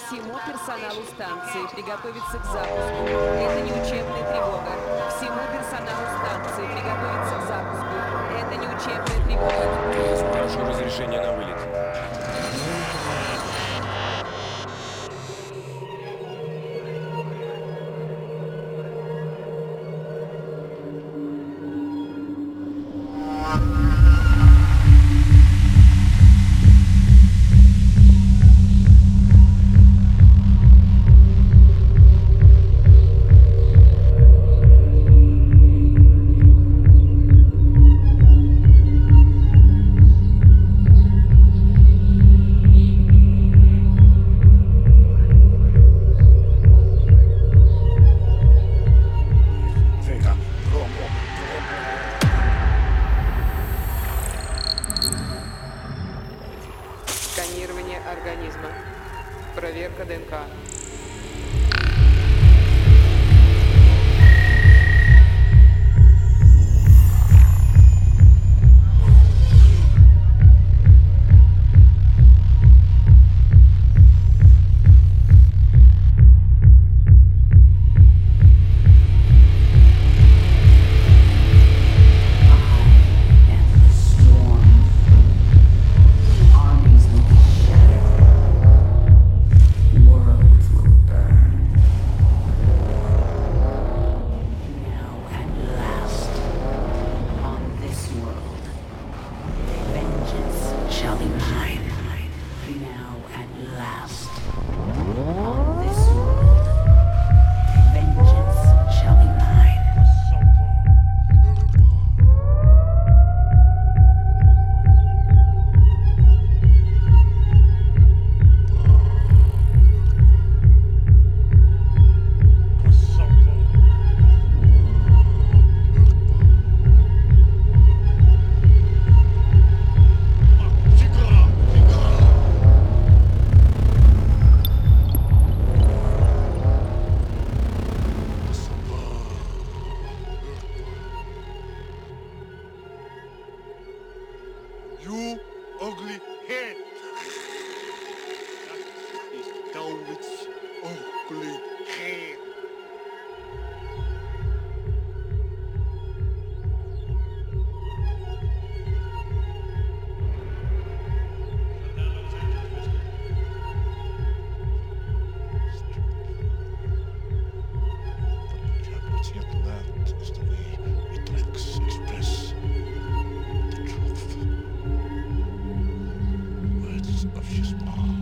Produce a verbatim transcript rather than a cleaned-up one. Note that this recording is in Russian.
Всему персоналу станции приготовиться к запуску. Это не учебная тревога. Всему персоналу станции приготовиться к запуску. Это не учебная тревога. Прошу разрешения на вылет. Сканирование организма. Проверка ДНК. You ugly head. That is David's ugly head. What's yet left is the way it tracks express the truth. Words of his mouth.